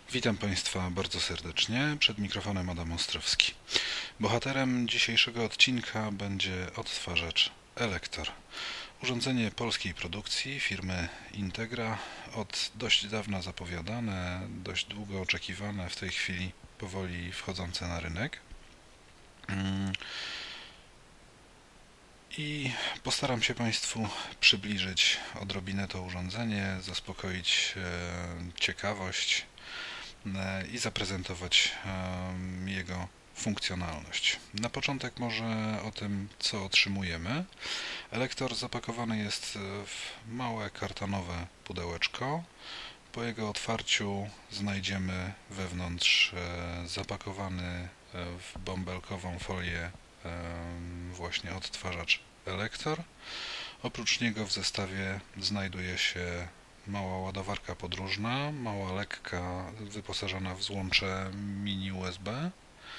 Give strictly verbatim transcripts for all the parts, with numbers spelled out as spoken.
Witam Państwa bardzo serdecznie. Przed mikrofonem Adam Ostrowski. Bohaterem dzisiejszego odcinka będzie odtwarzacz Elektor. Urządzenie polskiej produkcji firmy Integra, od dość dawna zapowiadane, dość długo oczekiwane, w tej chwili powoli wchodzące na rynek. I postaram się Państwu przybliżyć odrobinę to urządzenie, zaspokoić ciekawość i zaprezentować jego funkcjonalność. Na początek może o tym, co otrzymujemy. Elektor zapakowany jest w małe kartonowe pudełeczko. Po jego otwarciu znajdziemy wewnątrz zapakowany w bąbelkową folię właśnie odtwarzacz Elektor. Oprócz niego w zestawie znajduje się mała ładowarka podróżna, mała lekka, wyposażona w złącze mini U S B,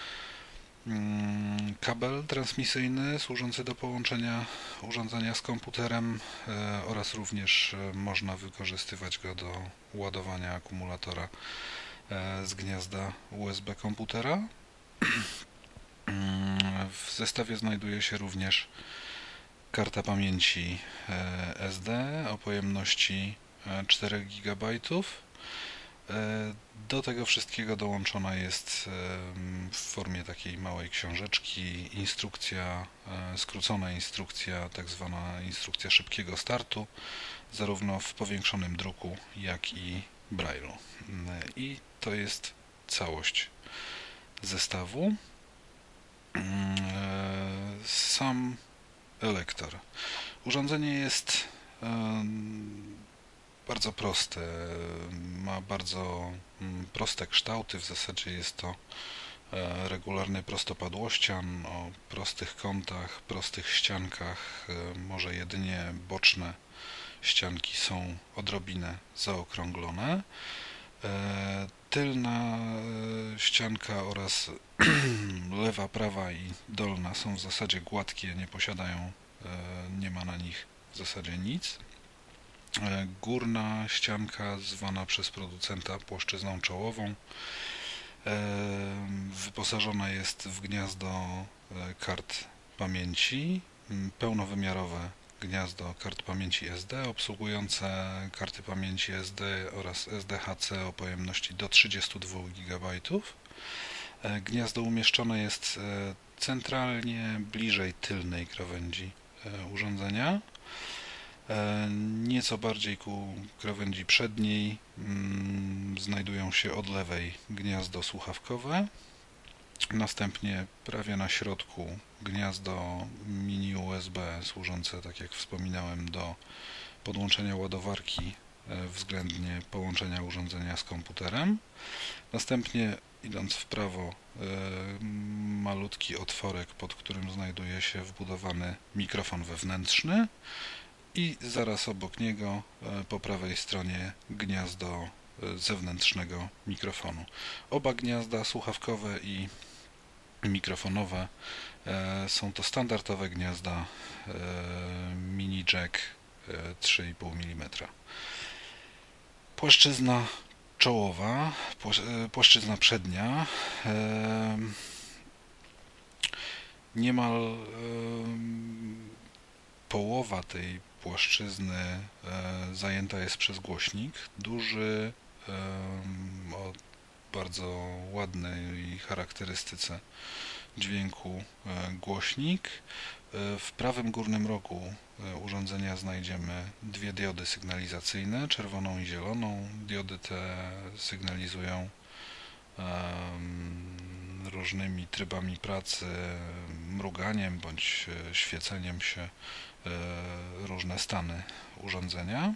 kabel transmisyjny służący do połączenia urządzenia z komputerem oraz również można wykorzystywać go do ładowania akumulatora z gniazda U S B komputera. W zestawie znajduje się również karta pamięci S D o pojemności cztery gigabajtów. Do tego wszystkiego dołączona jest w formie takiej małej książeczki instrukcja, skrócona instrukcja, tak zwana instrukcja szybkiego startu, zarówno w powiększonym druku, jak i Braille'u. I to jest całość zestawu. Sam Elektor. Urządzenie jest bardzo proste, ma bardzo proste kształty, w zasadzie jest to regularny prostopadłościan o prostych kątach, prostych ściankach, może jedynie boczne ścianki są odrobinę zaokrąglone. Tylna ścianka oraz lewa, prawa i dolna są w zasadzie gładkie, nie posiadają, nie ma na nich w zasadzie nic. Górna ścianka, zwana przez producenta płaszczyzną czołową, wyposażona jest w gniazdo kart pamięci, pełnowymiarowe gniazdo kart pamięci S D obsługujące karty pamięci S D oraz S D H C o pojemności do trzydziestu dwóch gigabajtów. Gniazdo umieszczone jest centralnie bliżej tylnej krawędzi urządzenia. Nieco bardziej ku krawędzi przedniej znajdują się od lewej gniazdo słuchawkowe, następnie prawie na środku gniazdo mini U S B służące, tak jak wspominałem, do podłączenia ładowarki względnie połączenia urządzenia z komputerem. Następnie, idąc w prawo, malutki otworek, pod którym znajduje się wbudowany mikrofon wewnętrzny i zaraz obok niego po prawej stronie gniazdo zewnętrznego mikrofonu. Oba gniazda słuchawkowe i mikrofonowe są to standardowe gniazda mini jack trzy i pół milimetra. Płaszczyzna czołowa, płaszczyzna przednia, niemal połowa tej płaszczyzny zajęta jest przez głośnik, duży, o bardzo ładnej charakterystyce dźwięku głośnik. W prawym górnym rogu urządzenia znajdziemy dwie diody sygnalizacyjne, czerwoną i zieloną. Diody te sygnalizują różnymi trybami pracy, mruganiem bądź świeceniem się różne stany urządzenia.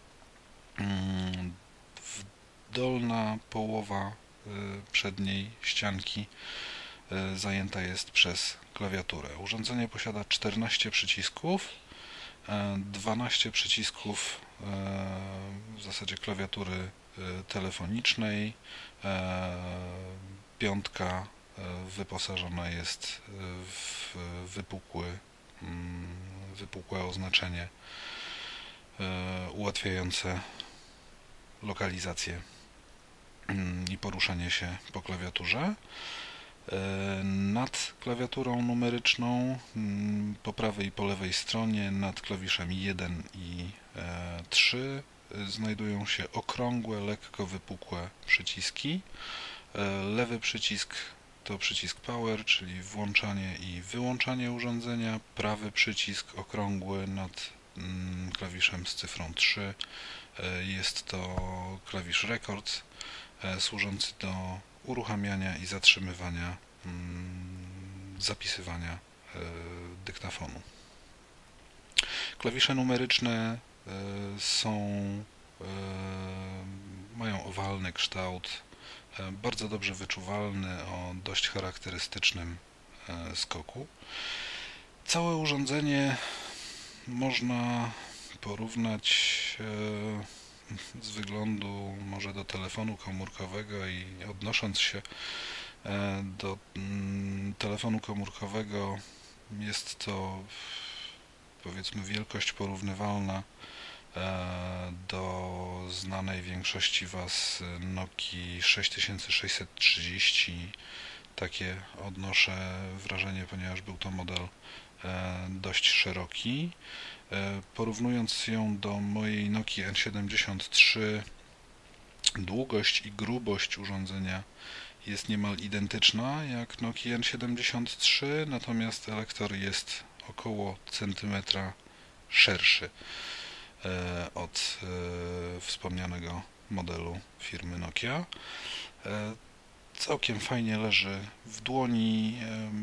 Dolna połowa przedniej ścianki zajęta jest przez klawiaturę. Urządzenie posiada czternaście przycisków, dwanaście przycisków w zasadzie klawiatury telefonicznej, piątka wyposażona jest w wypukły, wypukłe oznaczenie ułatwiające lokalizację i poruszanie się po klawiaturze. Nad klawiaturą numeryczną po prawej i po lewej stronie, nad klawiszami jeden i trzy znajdują się okrągłe, lekko wypukłe przyciski. Lewy przycisk to przycisk Power, czyli włączanie i wyłączanie urządzenia. Prawy przycisk okrągły nad klawiszem z cyfrą trzy jest to klawisz Record, służący do uruchamiania i zatrzymywania zapisywania dyktafonu. Klawisze numeryczne są, mają owalny kształt, bardzo dobrze wyczuwalny, o dość charakterystycznym skoku. Całe urządzenie można porównać z wyglądu może do telefonu komórkowego i odnosząc się do telefonu komórkowego, jest to, powiedzmy, wielkość porównywalna do znanej większości Was Nokii sześć tysięcy sześćset trzydzieści. Takie odnoszę wrażenie, ponieważ był to model dość szeroki. Porównując ją do mojej Nokii N siedemdziesiąt trzy, długość i grubość urządzenia jest niemal identyczna jak Nokii N siedemdziesiąt trzy, natomiast elektor jest około centymetra szerszy od wspomnianego modelu firmy Nokia. Całkiem fajnie leży w dłoni,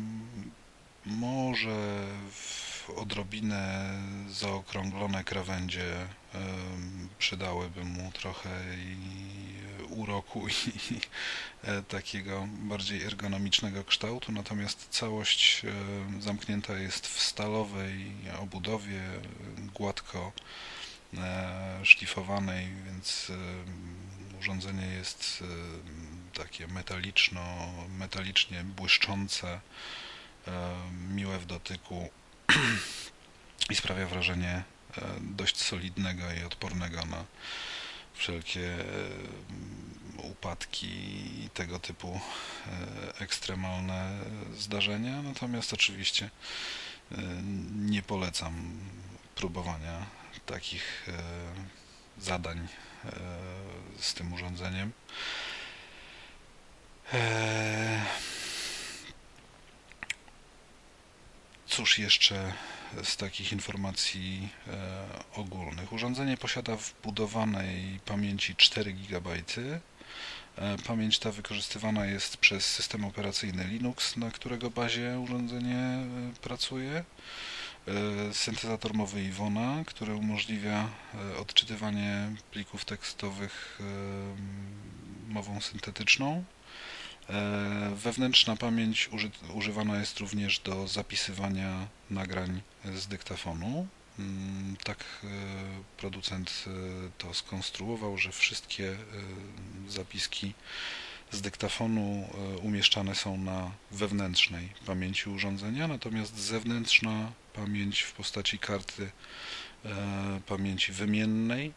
może w odrobinę zaokrąglone krawędzie przydałyby mu trochę i uroku i takiego bardziej ergonomicznego kształtu, natomiast całość zamknięta jest w stalowej obudowie, gładko szlifowanej, więc urządzenie jest takie metaliczno, metalicznie błyszczące, miłe w dotyku i sprawia wrażenie dość solidnego i odpornego na wszelkie upadki i tego typu ekstremalne zdarzenia. Natomiast oczywiście nie polecam próbowania takich zadań z tym urządzeniem. Cóż jeszcze z takich informacji ogólnych? Urządzenie posiada wbudowanej pamięci cztery gigabajty. Pamięć ta wykorzystywana jest przez system operacyjny Linux, na którego bazie urządzenie pracuje. Syntezator mowy Iwona, który umożliwia odczytywanie plików tekstowych mową syntetyczną. Wewnętrzna pamięć uży, używana jest również do zapisywania nagrań z dyktafonu. Tak producent to skonstruował, że wszystkie zapiski z dyktafonu umieszczane są na wewnętrznej pamięci urządzenia, natomiast zewnętrzna pamięć w postaci karty pamięci wymiennej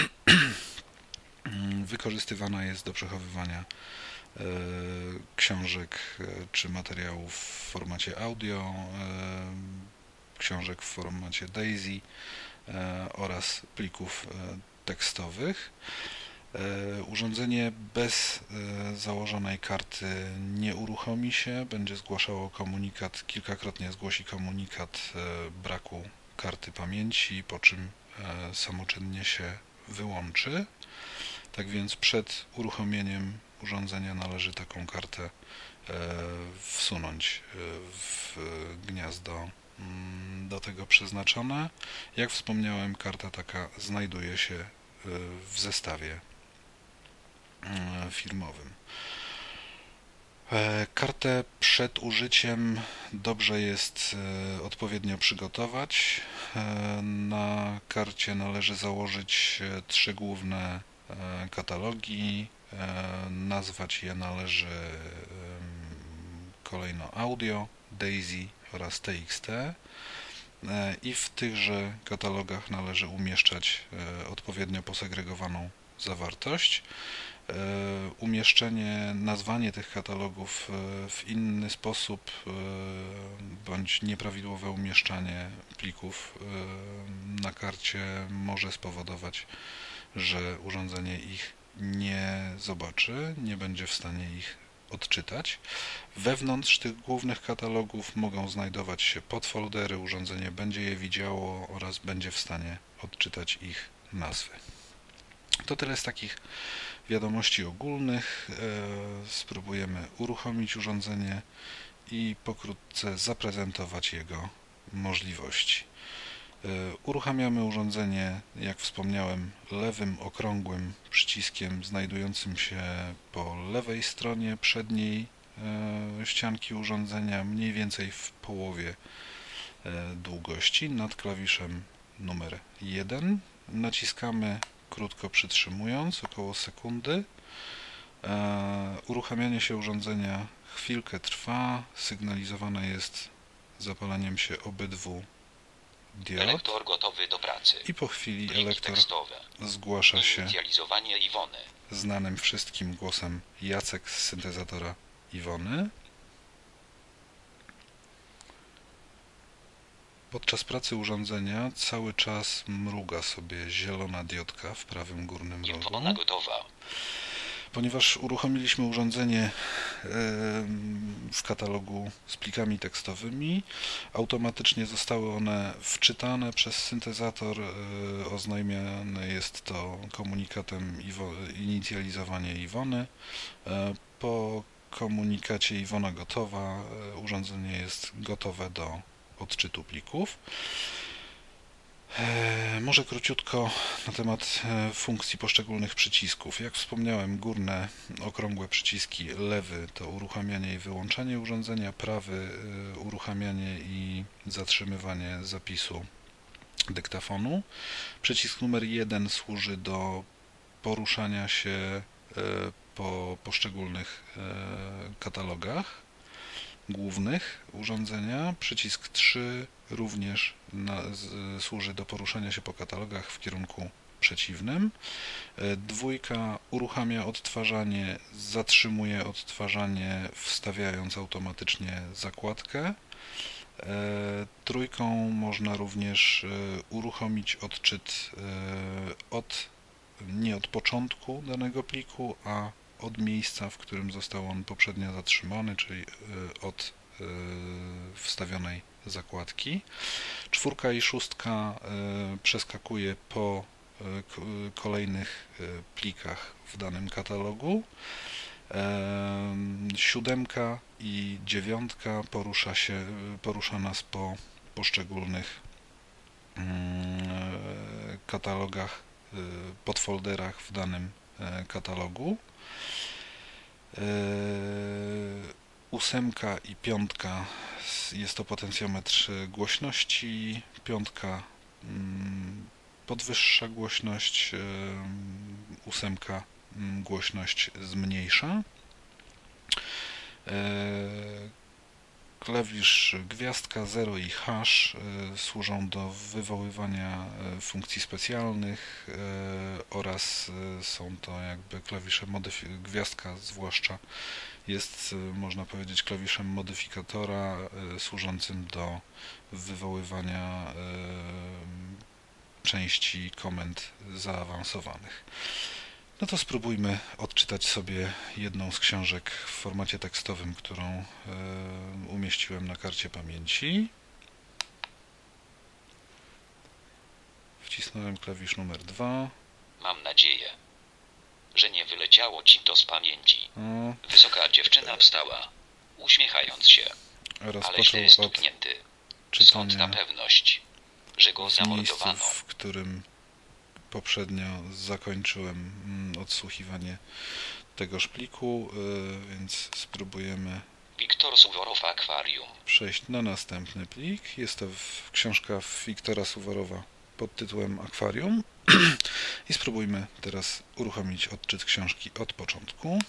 wykorzystywana jest do przechowywania książek czy materiałów w formacie audio, książek w formacie DAISY oraz plików tekstowych. Urządzenie bez założonej karty nie uruchomi się, będzie zgłaszało komunikat, kilkakrotnie zgłosi komunikat braku karty pamięci, po czym samoczynnie się wyłączy. Tak więc przed uruchomieniem urządzenia należy taką kartę wsunąć w gniazdo do tego przeznaczone. Jak wspomniałem, karta taka znajduje się w zestawie firmowym. Kartę przed użyciem dobrze jest odpowiednio przygotować. Na karcie należy założyć trzy główne katalogi, nazwać je należy kolejno audio, DAISY oraz T X T i w tychże katalogach należy umieszczać odpowiednio posegregowaną zawartość. umieszczenie, nazwanie tych katalogów w inny sposób bądź nieprawidłowe umieszczanie plików na karcie może spowodować, że urządzenie ich nie zobaczy, nie będzie w stanie ich odczytać. Wewnątrz tych głównych katalogów mogą znajdować się podfoldery, urządzenie będzie je widziało oraz będzie w stanie odczytać ich nazwy. To tyle z takich wiadomości ogólnych. Spróbujemy uruchomić urządzenie i pokrótce zaprezentować jego możliwości. Uruchamiamy urządzenie, jak wspomniałem, lewym okrągłym przyciskiem znajdującym się po lewej stronie przedniej ścianki urządzenia, mniej więcej w połowie długości, nad klawiszem numer jeden. Naciskamy krótko przytrzymując, około sekundy. Uruchamianie się urządzenia chwilkę trwa, sygnalizowane jest zapaleniem się obydwu diod. Elektor gotowy do pracy. I po chwili Pliki elektor tekstowe. zgłasza się Inicjalizowanie Iwony. znanym wszystkim głosem Jacek z syntezatora Iwony. Podczas pracy urządzenia cały czas mruga sobie zielona diodka w prawym górnym rogu. Iwona gotowa. Ponieważ uruchomiliśmy urządzenie w katalogu z plikami tekstowymi, automatycznie zostały one wczytane przez syntezator. Oznajmiane jest to komunikatem inicjalizowanie Iwony. Po komunikacie Iwona gotowa, urządzenie jest gotowe do odczytu plików. Może króciutko na temat funkcji poszczególnych przycisków. Jak wspomniałem, górne okrągłe przyciski, lewy to uruchamianie i wyłączanie urządzenia, prawy uruchamianie i zatrzymywanie zapisu dyktafonu. Przycisk numer jeden służy do poruszania się po poszczególnych katalogach głównych urządzenia. Przycisk trzy również na, z, służy do poruszania się po katalogach w kierunku przeciwnym. Dwójka uruchamia odtwarzanie, zatrzymuje odtwarzanie, wstawiając automatycznie zakładkę. Trójką można również uruchomić odczyt od, nie od początku danego pliku, a od miejsca, w którym został on poprzednio zatrzymany, czyli od wstawionej zakładki. Czwórka i szóstka przeskakuje po kolejnych plikach w danym katalogu. Siódemka i dziewiątka porusza się, porusza nas po poszczególnych katalogach, podfolderach w danym katalogu. Ósemka i piątka jest to potencjometr głośności, piątka podwyższa głośność, ósemka głośność zmniejsza. Klawisz gwiazdka, zero i hash służą do wywoływania funkcji specjalnych oraz są to jakby klawisze modyfi- gwiazdka zwłaszcza jest, można powiedzieć, klawiszem modyfikatora służącym do wywoływania części komend zaawansowanych. No to spróbujmy odczytać sobie jedną z książek w formacie tekstowym, którą umieściłem na karcie pamięci. Wcisnąłem klawisz numer dwa. Mam nadzieję, że nie wyleciało ci to z pamięci. O. Wysoka dziewczyna wstała, uśmiechając się. Ale źle stuknięty. Skąd ta pewność, że go zamordowano? Miejscu, w którym poprzednio zakończyłem odsłuchiwanie tegoż pliku, więc spróbujemy Wiktor Suworow Akwarium. Przejść na następny plik. Jest to książka Wiktora Suworowa pod tytułem Akwarium. I spróbujmy teraz uruchomić odczyt książki od początku.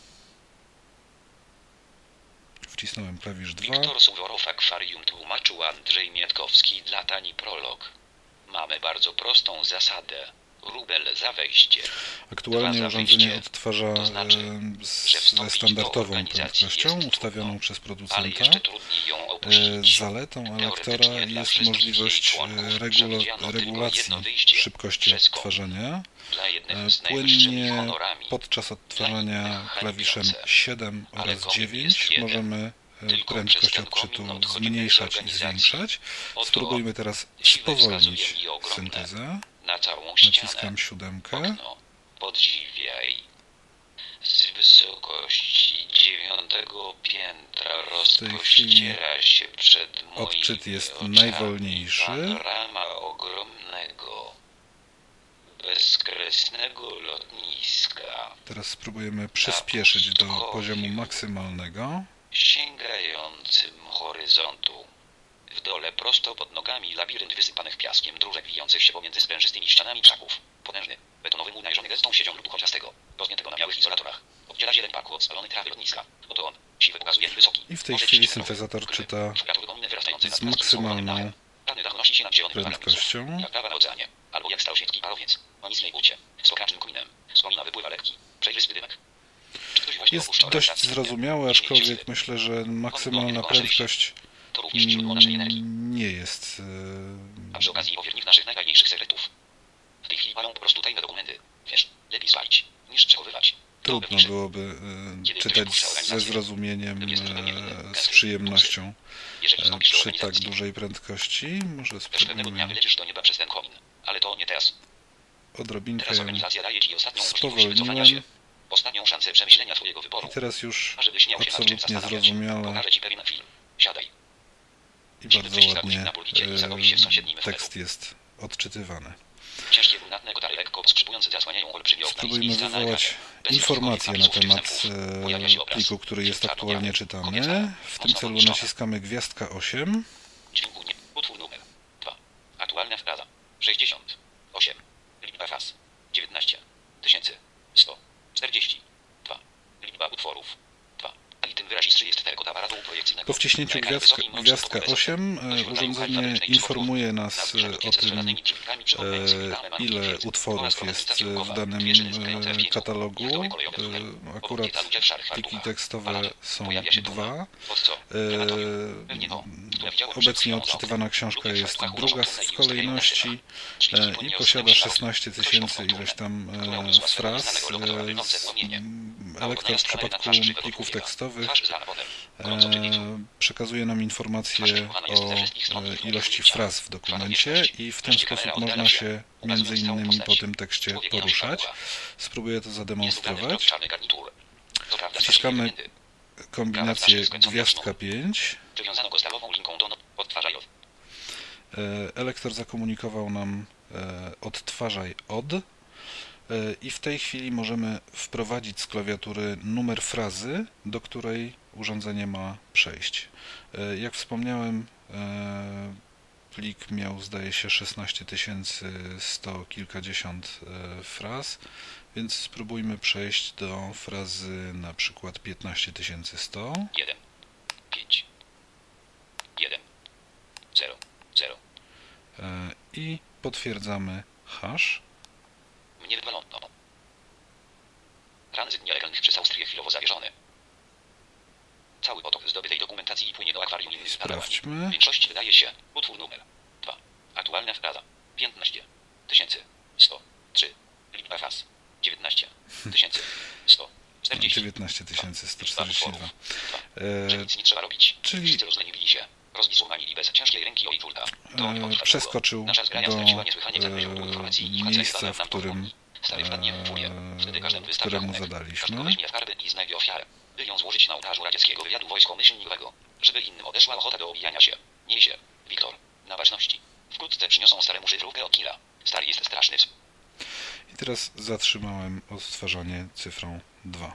Wcisnąłem klawisz dwa. Wiktor Suworow Akwarium tłumaczył Andrzej Mietkowski dla Tani Prolog. Mamy bardzo prostą zasadę. Rubel za wejście. Aktualnie urządzenie odtwarza to znaczy, ze standardową prędkością ustawioną przez producenta. Zaletą Elektora jest możliwość regula regulacji szybkości odtwarzania. Płynnie podczas odtwarzania klawiszem siedem oraz dziewięć możemy prędkość odczytu zmniejszać i zwiększać. Spróbujmy teraz spowolnić syntezę. Naciskam siódemkę. Podziwiaj. Z wysokości dziewiątego piętra rozpościera się przed moimi odczyt jest oczami najwolniejszy. panorama ogromnego, bezkresnego lotniska. Teraz spróbujemy przyspieszyć do poziomu maksymalnego. Sięgającym horyzontu. W dole prosto pod nogami labirynt wysypanych piaskiem dróżek wijących się pomiędzy sprężystymi ścianami krzaków. Potężny, betonowy mur najżony gęstą siecią drutu chociastego, rozgiętego na białych izolatorach. Oddziela zieleń parku od spalonej trawy lotniska. Oto on, siwy pokazuje wysoki. I w tej chwili syntezator czyta z maksymalną prędkością. Jak prawa na oceanie, albo jak staroświecki parowiec, o niskiej ucie, z pokracznym kominem. Z komina wypływa lekki, przejrzysty dymek. Jest dość zrozumiałe, aczkolwiek myślę, że maksymalna prędkość nie jest... A przy okazji powiernik naszych najtajniejszych sekretów. W tej chwili palą po prostu tajne dokumenty. Wiesz, lepiej spalić, niż przechowywać. Trudno byłoby czytać ze zrozumieniem, z przyjemnością przy tak dużej prędkości. Może spróbujmy odrobinkę spowolniłem. Ostatnią szansę przemyślenia twojego wyboru. I teraz już absolutnie zrozumiale i bardzo ładnie tekst jest odczytywany. Spróbujmy wywołać informacje na temat pliku, który jest aktualnie czytany. W tym celu naciskamy gwiazdka osiem. Utwór numer dwa. Aktualna fraza sześćdziesiąt osiem. Liczba faz dziewiętnaście tysięcy sto czterdzieści dwa. Liczba utworów dwa. I tym wyrazistszy jest terkot aparatu projekcyjnego. Po wciśnięciu gwiazdka, gwiazdka osiem urządzenie informuje nas o tym, ile utworów jest w danym katalogu. Akurat pliki tekstowe są dwa. Obecnie odczytywana książka jest druga w kolejności i posiada szesnaście tysięcy ileś tam fraz. Elektor w przypadku plików tekstowych przekazuje nam informacje o ilości fraz w dokumencie i w ten sposób można się między innymi po tym tekście poruszać. Spróbuję to zademonstrować. Wciskamy kombinację gwiazdka pięć. Elektor zakomunikował nam odtwarzaj od. I w tej chwili możemy wprowadzić z klawiatury numer frazy, do której urządzenie ma przejść. Jak wspomniałem, plik miał, zdaje się, szesnaście tysięcy sto kilkadziesiąt fraz, więc spróbujmy przejść do frazy na przykład piętnaście tysięcy sto. jeden, pięć, jeden, zero, zero. I potwierdzamy hash. Mnie wywalono. Tranzyt nielegalnych przez Austrię chwilowo zawieszony. Cały potok zdobytej dokumentacji płynie do akwarium innych. Sprawdźmy. Większość wydaje się. Utwór numer dwa. Aktualna fraza piętnaście tysięcy sto trzy. Liczba faz dziewiętnaście tysięcy sto czterdzieści. dziewiętnaście tysięcy sto czterdzieści dwa. Że nic nie trzeba robić. Czyli wszyscy rozleniwili się. Rozbisłomani bez ciężkiej ręki ojczulta. Przeskoczył do miejsca, w którym któremu zadaliśmy. By ją złożyć na ołtarzu radzieckiego wywiadu wojsko-myślniowego, żeby innym odeszła ochota do obijania się. Miej się, Wiktor, na baczności. Wkrótce przyniosą staremu szyfrówkę od Killa. Stary jest straszny. I teraz zatrzymałem odtwarzanie cyfrą dwa.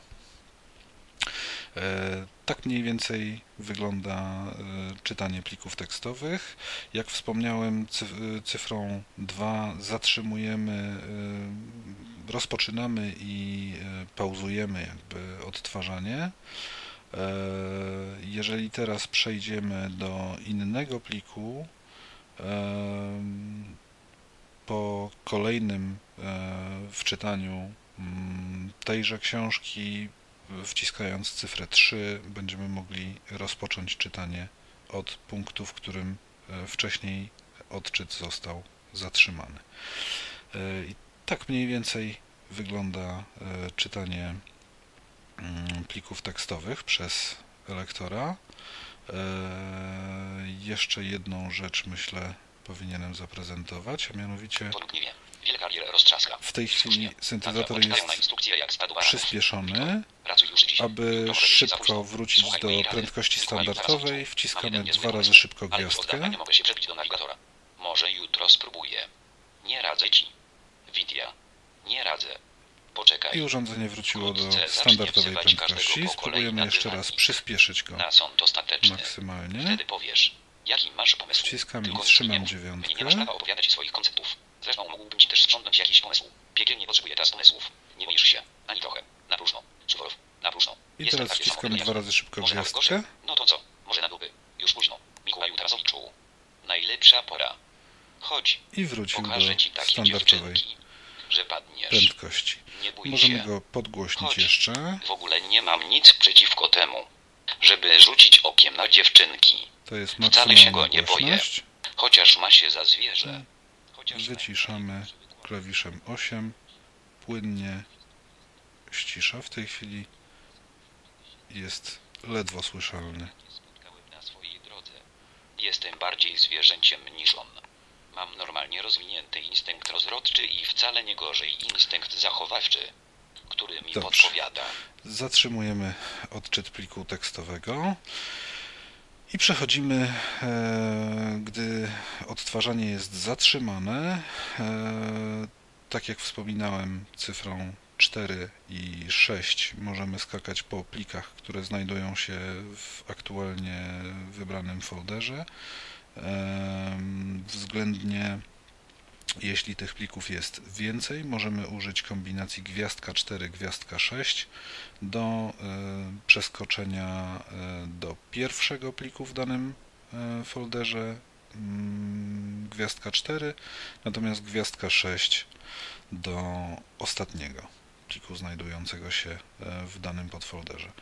Tak mniej więcej wygląda czytanie plików tekstowych. Jak wspomniałem, cyfrą dwa zatrzymujemy, rozpoczynamy i pauzujemy jakby odtwarzanie. Jeżeli teraz przejdziemy do innego pliku, po kolejnym wczytaniu tejże książki, wciskając cyfrę trzy, będziemy mogli rozpocząć czytanie od punktu, w którym wcześniej odczyt został zatrzymany. I tak mniej więcej wygląda czytanie plików tekstowych przez lektora. Jeszcze jedną rzecz, myślę, powinienem zaprezentować, a mianowicie w tej chwili syntezator jest przyspieszony. Aby szybko wrócić do prędkości standardowej, wciskamy dwa razy szybko gwiazdkę. Nie mogę się przebić do nawigatora. Może jutro spróbuję. Nie radzę ci. Widia. Nie radzę. Poczekaj. I urządzenie wróciło do standardowej prędkości. Spróbujemy jeszcze raz przyspieszyć go maksymalnie. Wtedy powiesz, jaki masz pomysł. Wciskam i trzymam dziewiątkę. Nie masz prawa opowiadać swoich konceptów. Zresztą mógłbym ci też sprzątnąć jakiś pomysł. Piekielnie potrzebuję teraz pomysłów. Nie boisz się. Ani trochę. Na próżno. Suworow. Na próżno. I teraz wciskam dwa razy szybko gwiazdkę. No to co? Może na dupy. Już późno. Mikołaju Tarasowiczu. Najlepsza pora. Chodź. I wrócił do standardowej że prędkości. Możemy go podgłośnić Chodź. jeszcze. W ogóle nie mam nic przeciwko temu, żeby rzucić okiem na dziewczynki. To jest Wcale się go nie boję. głośność. Chociaż ma się za zwierzę. Chociaż Wyciszamy klawiszem osiem. Płynnie ścisza. W tej chwili jest ledwo słyszalny. Na swojej drodze. Jestem bardziej zwierzęciem niż on. Mam normalnie rozwinięty instynkt rozrodczy i wcale nie gorzej instynkt zachowawczy, który mi Dobrze. podpowiada. Zatrzymujemy odczyt pliku tekstowego i przechodzimy, e, gdy odtwarzanie jest zatrzymane, e, tak jak wspominałem, cyfrą cztery i sześć możemy skakać po plikach, które znajdują się w aktualnie wybranym folderze. Względnie, jeśli tych plików jest więcej, możemy użyć kombinacji gwiazdka cztery, gwiazdka sześć do przeskoczenia do pierwszego pliku w danym folderze, gwiazdka cztery, natomiast gwiazdka sześć do ostatniego pliku znajdującego się w danym podfolderze.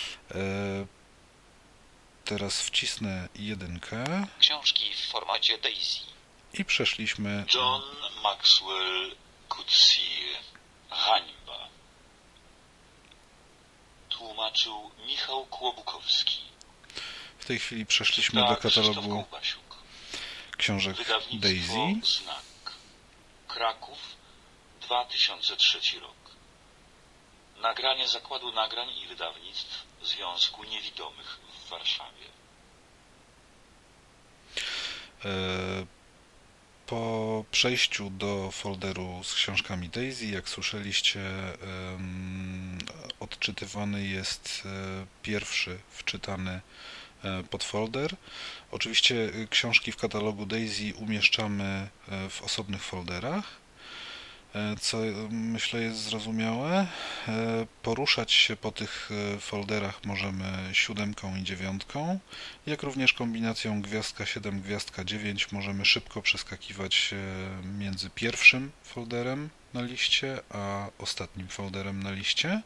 Teraz wcisnę jedynkę. Książki w formacie Daisy. I przeszliśmy. John Maxwell Coetzee. Hańba. Tłumaczył Michał Kłobukowski. W tej chwili przeszliśmy do katalogu książek Daisy. Znak. Kraków, dwa tysiące trzeci rok. Nagranie Zakładu Nagrań i Wydawnictw Związku Niewidomych w Warszawie. Po przejściu do folderu z książkami Daisy, jak słyszeliście, odczytywany jest pierwszy wczytany podfolder. Oczywiście książki w katalogu Daisy umieszczamy w osobnych folderach, co myślę jest zrozumiałe. Poruszać się po tych folderach możemy siódemką i dziewiątką, jak również kombinacją gwiazdka siedem, gwiazdka dziewięć możemy szybko przeskakiwać między pierwszym folderem na liście, a ostatnim folderem na liście.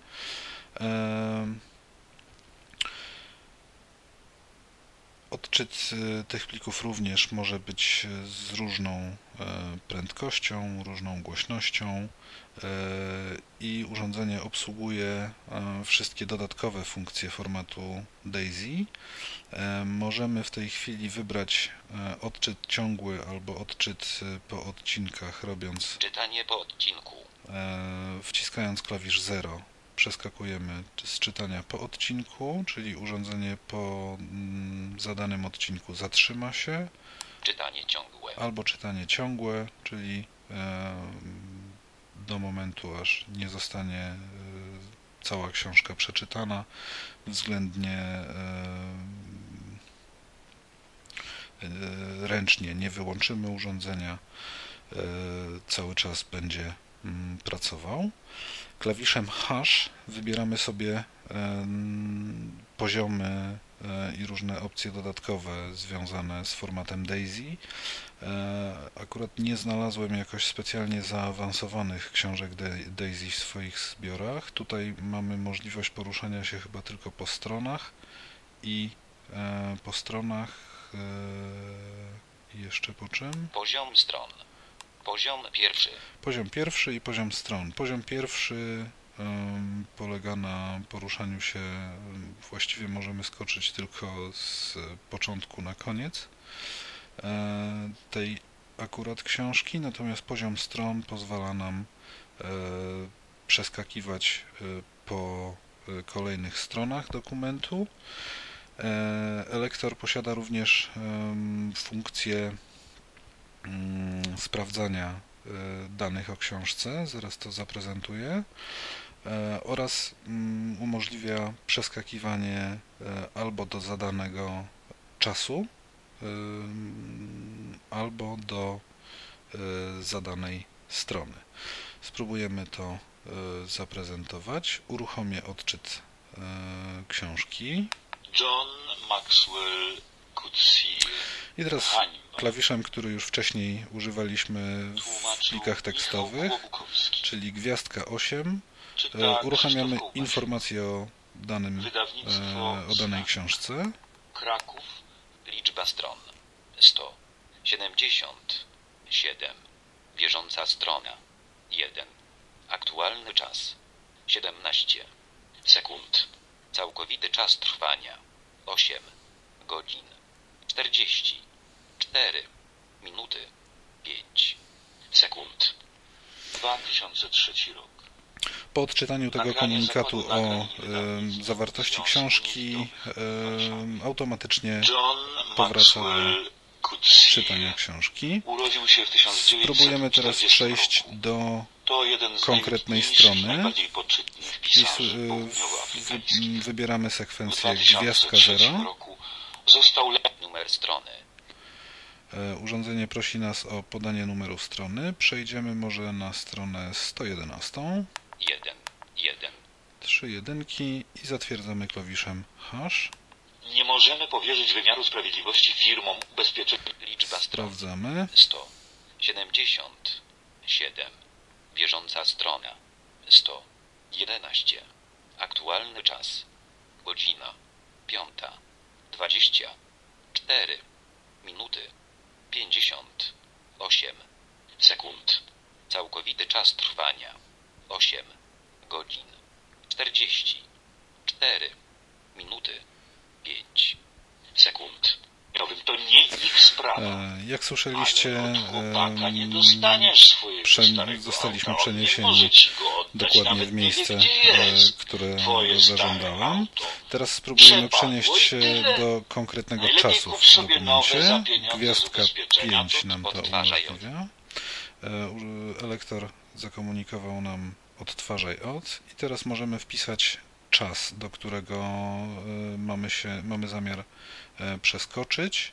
Odczyt tych plików również może być z różną prędkością, różną głośnością i urządzenie obsługuje wszystkie dodatkowe funkcje formatu Daisy. Możemy w tej chwili wybrać odczyt ciągły albo odczyt po odcinkach, robiąc czytanie po odcinku. Wciskając klawisz zero przeskakujemy z czytania po odcinku, czyli urządzenie po zadanym odcinku zatrzyma się. Czytanie ciągłe. Albo czytanie ciągłe, czyli do momentu, aż nie zostanie cała książka przeczytana, względnie ręcznie nie wyłączymy urządzenia, cały czas będzie pracował. Klawiszem hash wybieramy sobie poziomy i różne opcje dodatkowe związane z formatem DAISY. Akurat nie znalazłem jakoś specjalnie zaawansowanych książek DAISY w swoich zbiorach. Tutaj mamy możliwość poruszania się chyba tylko po stronach i po stronach i jeszcze po czym? Poziom stron. Poziom pierwszy. Poziom pierwszy i poziom stron. Poziom pierwszy um, polega na poruszaniu się, właściwie możemy skoczyć tylko z początku na koniec e, tej akurat książki, natomiast poziom stron pozwala nam e, przeskakiwać e, po e, kolejnych stronach dokumentu. E, Elektor posiada również e, funkcję sprawdzania danych o książce, zaraz to zaprezentuję, oraz umożliwia przeskakiwanie albo do zadanego czasu, albo do zadanej strony. Spróbujemy to zaprezentować. Uruchomię odczyt książki. John Maxwell Coetzee. I teraz klawiszem, który już wcześniej używaliśmy w plikach tekstowych, czyli gwiazdka osiem, uruchamiamy informację o danym, o danej książce. Kraków. Liczba stron sto siedemdziesiąt siedem. Bieżąca strona jeden. Aktualny czas siedemnaście sekund. Całkowity czas trwania osiem godzin czterdzieści cztery minuty pięć sekund. dwa tysiące trzeci rok. Po odczytaniu tego komunikatu o e, zawartości książki e, automatycznie powraca do czytania książki. Spróbujemy teraz przejść do konkretnej strony. I wy, wybieramy sekwencję gwiazdka zero. Został numer strony. Urządzenie prosi nas o podanie numeru strony. Przejdziemy może na stronę sto jedenaście. jeden, jeden. Trzy jedynki i zatwierdzamy klawiszem hash. Nie możemy powierzyć wymiaru sprawiedliwości firmom ubezpieczeń. Liczba stron. Sprawdzamy. sto siedemdziesiąt siedem. Bieżąca strona sto jedenaście. Aktualny czas godzina piąta dwadzieścia cztery minuty pięćdziesiąt osiem sekund. Całkowity czas trwania osiem godzin czterdzieści cztery minuty pięć sekund. To nie ich sprawa. Jak słyszeliście, nie dostaniesz swojego prze, starego zostaliśmy auta. przeniesieni dokładnie w miejsce, które zażądałem. Teraz spróbujemy przenieść się do konkretnego czasu w dokumencie. Gwiazdka pięć nam to umożliwia. Elektor zakomunikował nam odtwarzaj od i teraz możemy wpisać czas, do którego mamy, się, mamy zamiar przeskoczyć.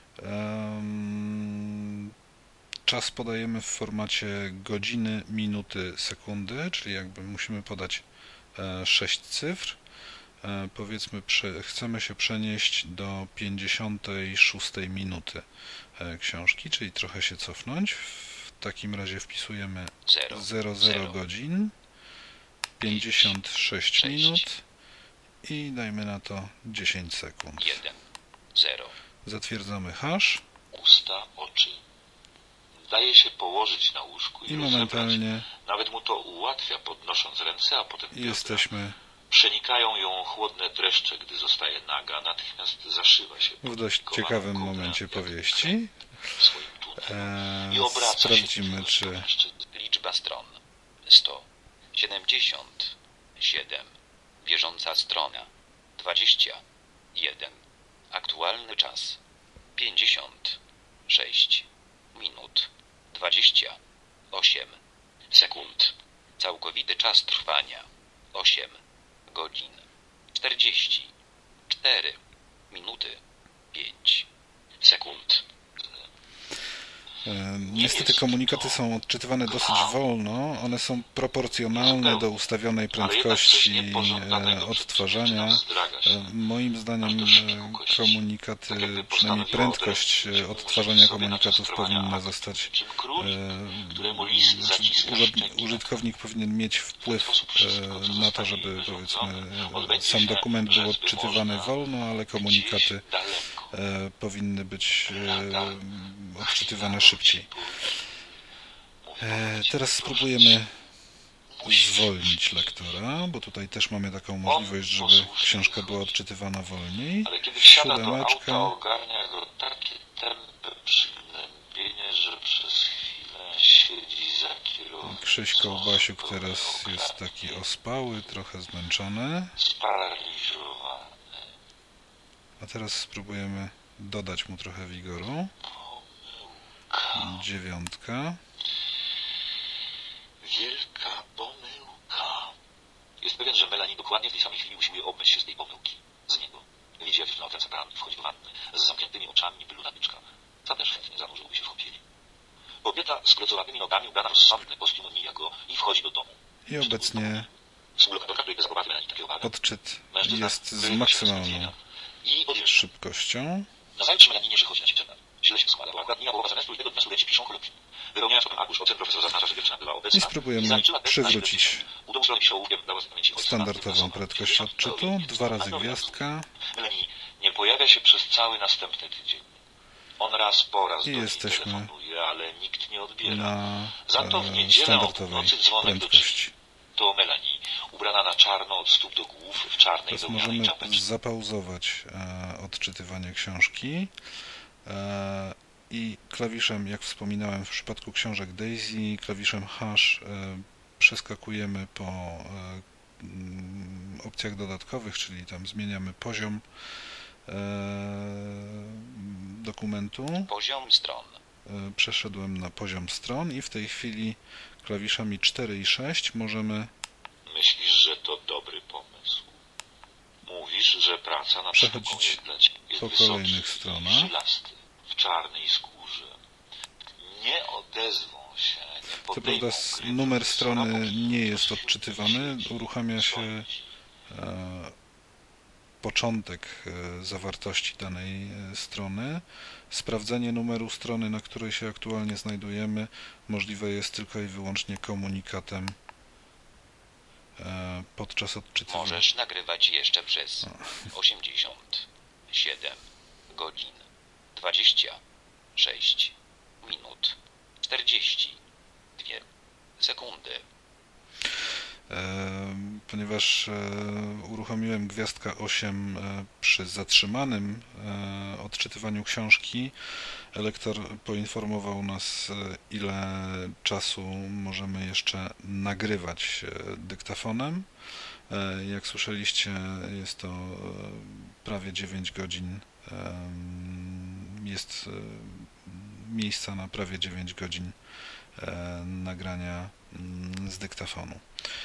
Czas podajemy w formacie godziny, minuty, sekundy, czyli jakby musimy podać sześć cyfr. Powiedzmy, chcemy się przenieść do pięćdziesiątej szóstej minuty książki, czyli trochę się cofnąć. W takim razie wpisujemy zero zero godzin, pięćdziesiąt sześć minut i dajmy na to dziesięć sekund. jeden zero. Zatwierdzamy hash. Usta, oczy. Daje się położyć na łóżku i, I momentalnie nawet mu to ułatwia, podnosząc ręce, a potem jesteśmy. Przenikają ją chłodne dreszcze, gdy zostaje naga, natychmiast zaszywa się w dość ciekawym momencie powieści. Eee, I sprawdzimy, czy liczba stron sto siedemdziesiąt siedem. Bieżąca strona dwadzieścia jeden. Aktualny czas pięćdziesiąt sześć minut dwadzieścia osiem sekund. Całkowity czas trwania osiem godzin czterdzieści cztery minuty pięć sekund. Niestety komunikaty są odczytywane dosyć wolno, one są proporcjonalne do ustawionej prędkości odtwarzania. Moim zdaniem komunikaty, przynajmniej prędkość odtwarzania komunikatów powinna zostać, użytkownik powinien mieć wpływ na to, żeby, powiedzmy, sam dokument był odczytywany wolno, ale komunikaty powinny być odczytywane szybciej. Teraz spróbujemy zwolnić lektora, bo tutaj też mamy taką możliwość, żeby książka była odczytywana wolniej. Ale kiedy wsiada do auta, Siódemeczka. ogarnia go takie tempę przygnębienie, że przez chwilę siedzi za kierowcą. Krzyś Kołbasiuk teraz jest taki ospały, trochę zmęczony. Sparaliżowany. A teraz spróbujemy dodać mu trochę wigoru. Dziewiątka. Wielka pomyłka. Jest pewien, że Melanie dokładnie w tej samej chwili usiłuje obmyć się z tej pomyłki. Z niego. Widzi, jak dziewczyna okręca pralni, wchodzi do wanny z zamkniętymi oczami, by lunatyczka. Sam też chętnie zanurzyłby się w kąpieli. Kobieta z klocowatymi nogami, ubrana w rozsądny kostium, mija go i wchodzi do domu. I obecnie Współlokatorka, której bezapłowaty Melanie takie uwagi. odczyt Mężczyzna jest z wyrywa się maksymalną stępienia i odjeżdża. szybkością. Nazajutrz Melanie nie przychodzi na ćwiczenia. Źle się składa, bo akurat mija połowa semestru i tego dnia studenci piszą kolokwium. Wypełniając potem arkusz ocen, profesor zaznacza, że dziewczyna była obecna I spróbujemy zaliczyła test na przywrócić siedem. U domu strony wisi ołówkiem, dała z pamięci ojca standardową matki, prędkość odczytu. Dwa razy gwiazdka. Melanie nie pojawia się przez cały następny tydzień. On raz po raz I do niej jesteśmy telefonuje, ale nikt nie odbiera. na Za to w e, niedzielę od standardowej nocy dzwonek do drzwi. prędkości. To Melanie, ubrana na czarno od stóp do głów, w czarnej Teraz wełnianej możemy czapeczce. zapauzować e, odczytywanie książki e, i klawiszem, jak wspominałem w przypadku książek Daisy, klawiszem hash e, przeskakujemy po e, mm, opcjach dodatkowych, czyli tam zmieniamy poziom e, dokumentu. Poziom stron. E, przeszedłem na poziom stron i w tej chwili klawiszami cztery i sześć możemy Myślisz, że to dobry pomysł. Mówisz, że praca na Przechodzić przykład dla ciebie jest po wysoki kolejnych i stronach. żylasty, w czarnej skórze. Nie odezwą się, nie Co podejmą prawda s- gry numer profesora, strony póki nie to jest się odczytywany, świeci. uruchamia się Sądzi. e, początek e, zawartości danej e, strony. Sprawdzenie numeru strony, na której się aktualnie znajdujemy, możliwe jest tylko i wyłącznie komunikatem e, podczas odczytywania. Możesz nagrywać jeszcze przez osiemdziesiąt siedem godzin, dwadzieścia sześć minut, czterdzieści dwie sekundy. E, Ponieważ e, uruchomiłem gwiazdka osiem e, przy zatrzymanym e, odczytywaniu książki, lektor poinformował nas, e, ile czasu możemy jeszcze nagrywać e, dyktafonem. E, Jak słyszeliście, jest to e, prawie dziewięć godzin. e, Jest e, miejsca na prawie dziewięć godzin e, nagrania mm, z dyktafonu.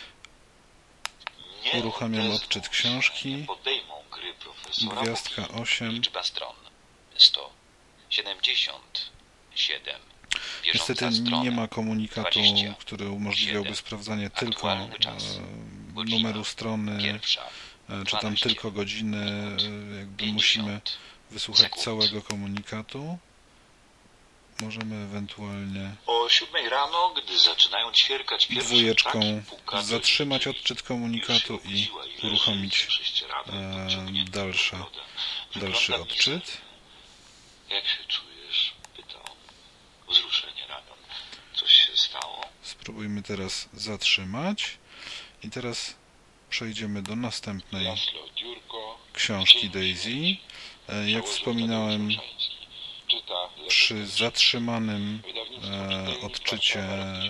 Nie Uruchamiam odezwą odczyt się, książki. nie podejmą gry profesora, Gwiazdka póki osiem. Liczba stron sto siedemdziesiąt siedem. Bieżąca Niestety strona. nie ma komunikatu, dwadzieścia który umożliwiałby siedem. sprawdzanie tylko Aktualny czas. e, Godzina numeru strony, Pierwsza. e, czy tam dwanaście tylko godziny. e, Jakby musimy pięćdziesiąt wysłuchać sekund. całego komunikatu. Możemy ewentualnie o siódmej rano, gdy zaczynają ćwierkać pierwsze dwójeczką ptaki, puka do zatrzymać drzwi. odczyt Już się komunikatu i obudziła i leży uruchomić z prześcieradłem e, podciągniętym dalsze, pod brodem. dalszy Wygląda odczyt. mizernie. Jak się czujesz? Pytał. Wzruszenie ramion. Coś się stało? Spróbujmy teraz zatrzymać i teraz przejdziemy do następnej Laszlo Dziurko, książki Daisy. E, Jak wspominałem, przy zatrzymanym e, odczycie e,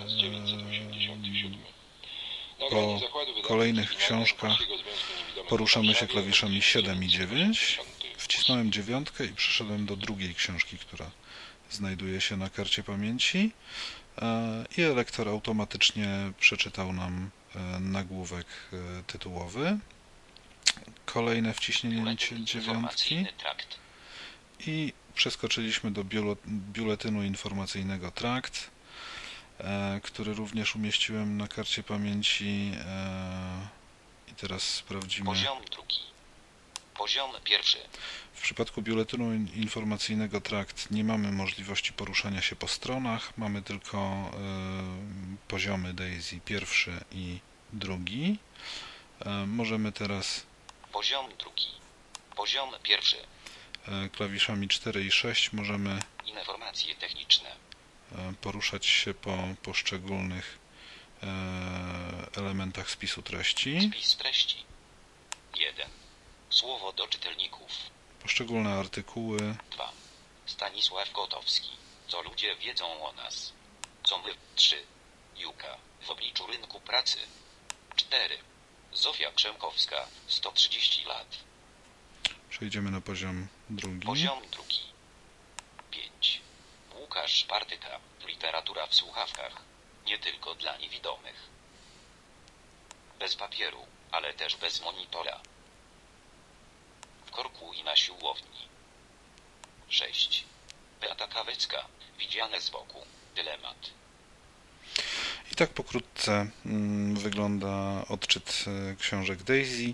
po kolejnych książkach poruszamy się klawiszami siedem i dziewięć. Wcisnąłem dziewiątkę i przeszedłem do drugiej książki, która znajduje się na karcie pamięci e, i elektor automatycznie przeczytał nam e, nagłówek e, tytułowy. Kolejne wciśnięcie dziewiątki Informacyjny trakt. i Przeskoczyliśmy do biuletynu informacyjnego Trakt, który również umieściłem na karcie pamięci i teraz sprawdzimy. Poziom drugi. Poziom pierwszy. W przypadku biuletynu informacyjnego Trakt nie mamy możliwości poruszania się po stronach, mamy tylko poziomy DAISY pierwszy i drugi. Możemy teraz Poziom drugi. Poziom pierwszy. klawiszami cztery i sześć możemy Informacje techniczne. poruszać się po poszczególnych elementach spisu treści. Spis treści. jeden. Słowo do czytelników. Poszczególne artykuły. dwa. Stanisław Kotowski. Co ludzie wiedzą o nas? Co my? trzy. Juka. W obliczu rynku pracy. cztery. Zofia Krzemkowska. sto trzydzieści lat. Przejdziemy na poziom drugi. Poziom drugi. pięć. Łukasz Partyka. Literatura w słuchawkach. Nie tylko dla niewidomych. Bez papieru, ale też bez monitora. W korku i na siłowni. sześć. Beata Kawecka. Widziane z boku. Dylemat. I tak pokrótce mm, wygląda odczyt książek DAISY.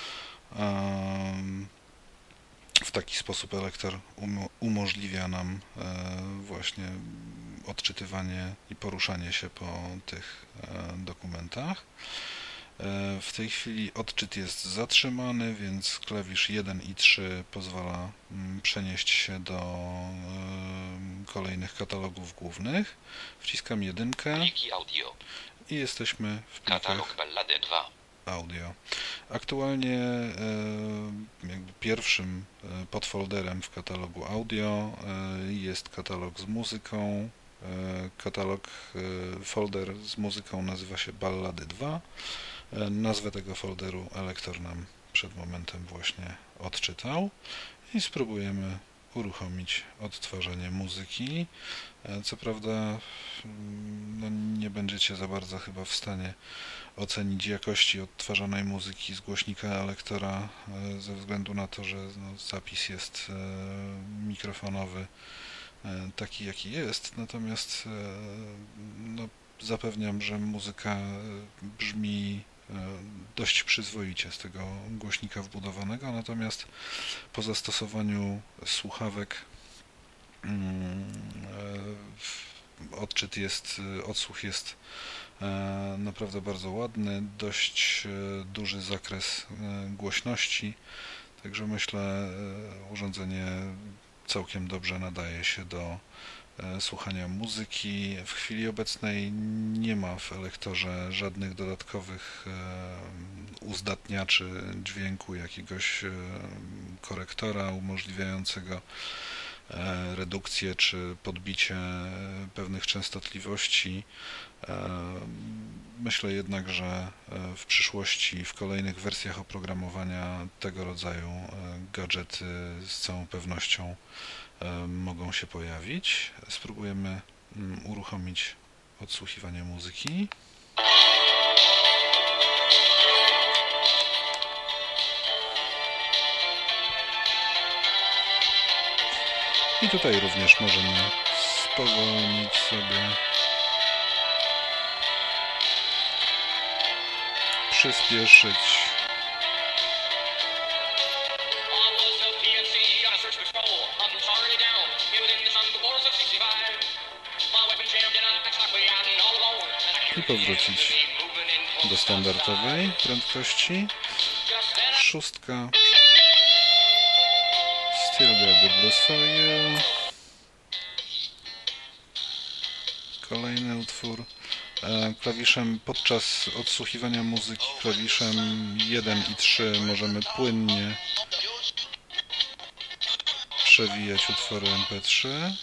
Um, w taki sposób elektor um, umożliwia nam e, właśnie odczytywanie i poruszanie się po tych e, dokumentach. E, w tej chwili odczyt jest zatrzymany, więc klawisz jeden i trzy pozwala m, przenieść się do e, kolejnych katalogów głównych. Wciskam jedynkę Pliki audio. i jesteśmy w plikach Katalog Ballady dwa. audio. Aktualnie e, jakby pierwszym e, podfolderem w katalogu audio e, jest katalog z muzyką. E, katalog, e, folder z muzyką nazywa się Ballady dwa. E, nazwę tego folderu elektor nam przed momentem właśnie odczytał i spróbujemy uruchomić odtwarzanie muzyki. E, co prawda no, nie będziecie za bardzo chyba w stanie ocenić jakości odtwarzanej muzyki z głośnika elektora ze względu na to, że no, zapis jest e, mikrofonowy e, taki jaki jest, natomiast e, no, zapewniam, że muzyka brzmi e, dość przyzwoicie z tego głośnika wbudowanego, natomiast po zastosowaniu słuchawek mm, e, odczyt jest, odsłuch jest naprawdę bardzo ładny, dość duży zakres głośności, także myślę urządzenie całkiem dobrze nadaje się do słuchania muzyki. W chwili obecnej nie ma w elektorze żadnych dodatkowych uzdatniaczy dźwięku, jakiegoś korektora umożliwiającego redukcję czy podbicie pewnych częstotliwości. Myślę jednak, że w przyszłości, w kolejnych wersjach oprogramowania tego rodzaju gadżety z całą pewnością mogą się pojawić. Spróbujemy uruchomić odsłuchiwanie muzyki. I tutaj również możemy spowolnić sobie, przyspieszyć. I powrócić do standardowej prędkości. Szóstka. Still got the blues for you. Kolejny utwór. Klawiszem podczas odsłuchiwania muzyki, klawiszem jeden i trzy możemy płynnie przewijać utwory em pe trzy.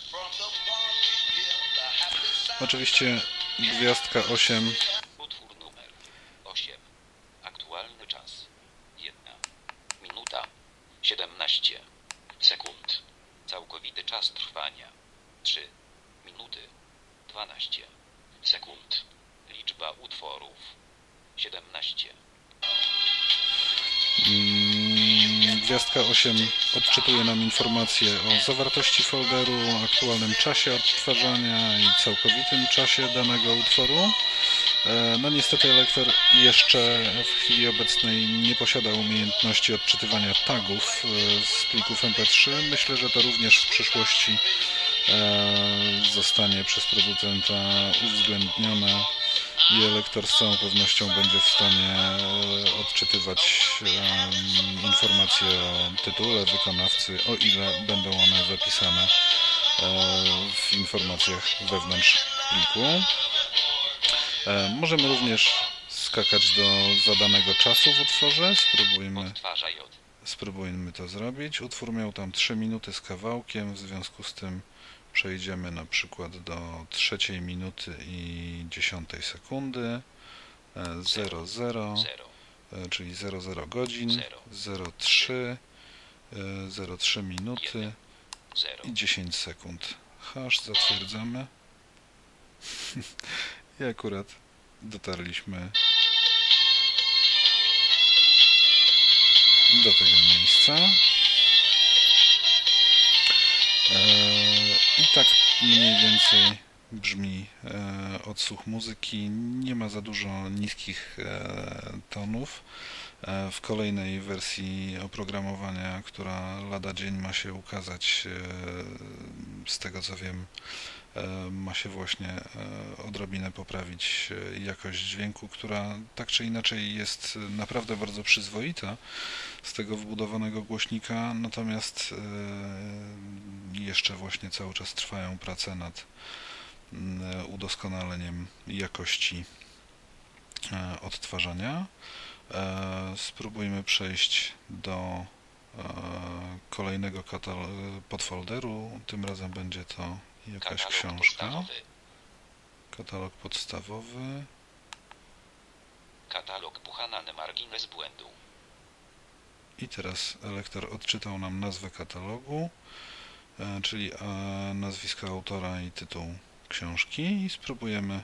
Oczywiście gwiazdka osiem. Utwór numer osiem. Aktualny czas. jedna minuta siedemnaście sekund. Całkowity czas trwania trzy minuty dwanaście sekund. Liczba utworów siedemnaście. Mm, Gwiazdka osiem odczytuje nam informacje o zawartości folderu, aktualnym czasie odtwarzania i całkowitym czasie danego utworu. No niestety Elektor jeszcze w chwili obecnej nie posiada umiejętności odczytywania tagów z plików em pe trzy. Myślę, że to również w przyszłości zostanie przez producenta uwzględnione i Elektor z całą pewnością będzie w stanie odczytywać informacje o tytule, wykonawcy, o ile będą one zapisane w informacjach wewnątrz pliku. Możemy również skakać do zadanego czasu w utworze. Spróbujmy, spróbujmy to zrobić. Utwór miał tam trzy minuty z kawałkiem, w związku z tym przejdziemy na przykład do trzeciej minuty i dziesiątej sekundy, zero zero, czyli zero zero godzin, zero trzy, zero trzy minuty i dziesięć sekund. Hash zatwierdzamy. I akurat dotarliśmy do tego miejsca. I tak mniej więcej brzmi odsłuch muzyki. Nie ma za dużo niskich tonów. W kolejnej wersji oprogramowania, która lada dzień ma się ukazać, z tego co wiem, ma się właśnie odrobinę poprawić jakość dźwięku, która tak czy inaczej jest naprawdę bardzo przyzwoita z tego wbudowanego głośnika, natomiast jeszcze właśnie cały czas trwają prace nad udoskonaleniem jakości odtwarzania. Spróbujmy przejść do kolejnego podfolderu. Tym razem będzie to jakaś Katalog książka. podstawowy. Katalog podstawowy. Katalog Buchanan margines błędu. I teraz Elektor odczytał nam nazwę katalogu, czyli nazwisko autora i tytuł książki. I spróbujemy